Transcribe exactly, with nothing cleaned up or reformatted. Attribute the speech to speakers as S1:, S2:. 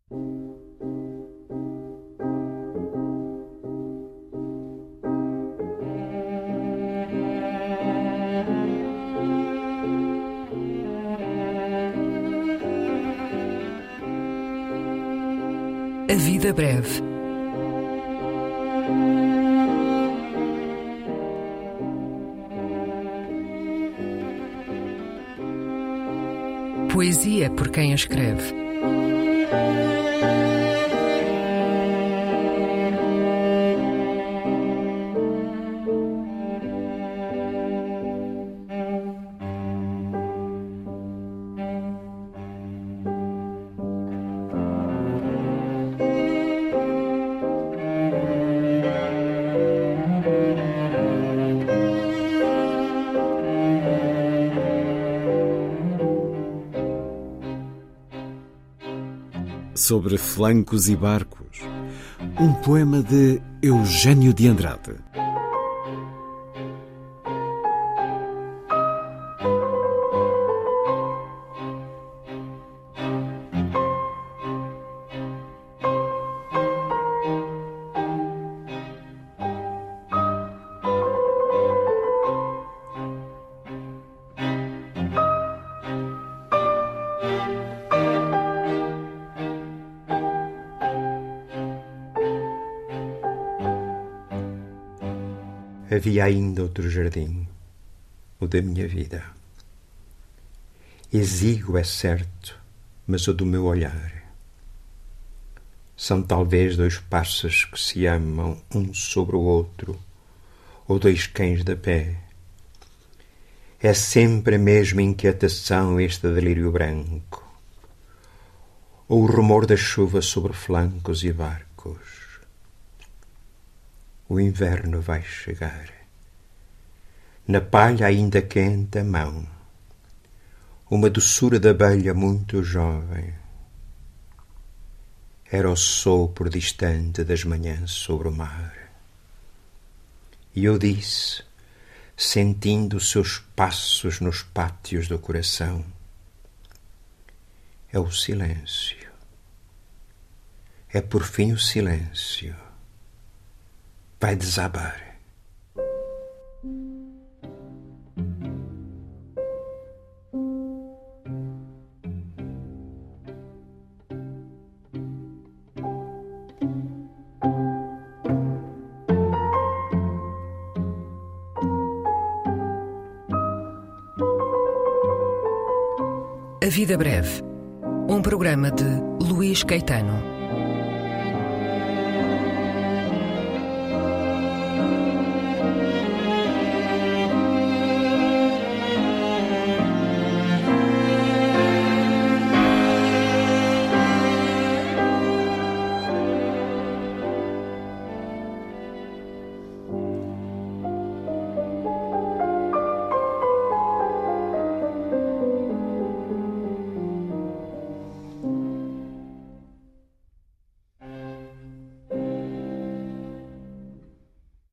S1: A vida breve. Poesia por quem a escreve.
S2: Sobre flancos e barcos, um poema de Eugênio de Andrade.
S3: Havia ainda outro jardim, o da minha vida. Exíguo, é certo, mas o do meu olhar. São talvez dois pássaros que se amam um sobre o outro, ou dois cães de pé. É sempre a mesma inquietação este delírio branco, ou o rumor da chuva sobre flancos e barcos. O inverno vai chegar. Na palha ainda quente a mão, uma doçura de abelha muito jovem. Era o sopro distante das manhãs sobre o mar. E eu disse, sentindo os seus passos nos pátios do coração, é o silêncio. É por fim o silêncio. Vai desabar.
S1: A vida breve. Um programa de Luís Caetano.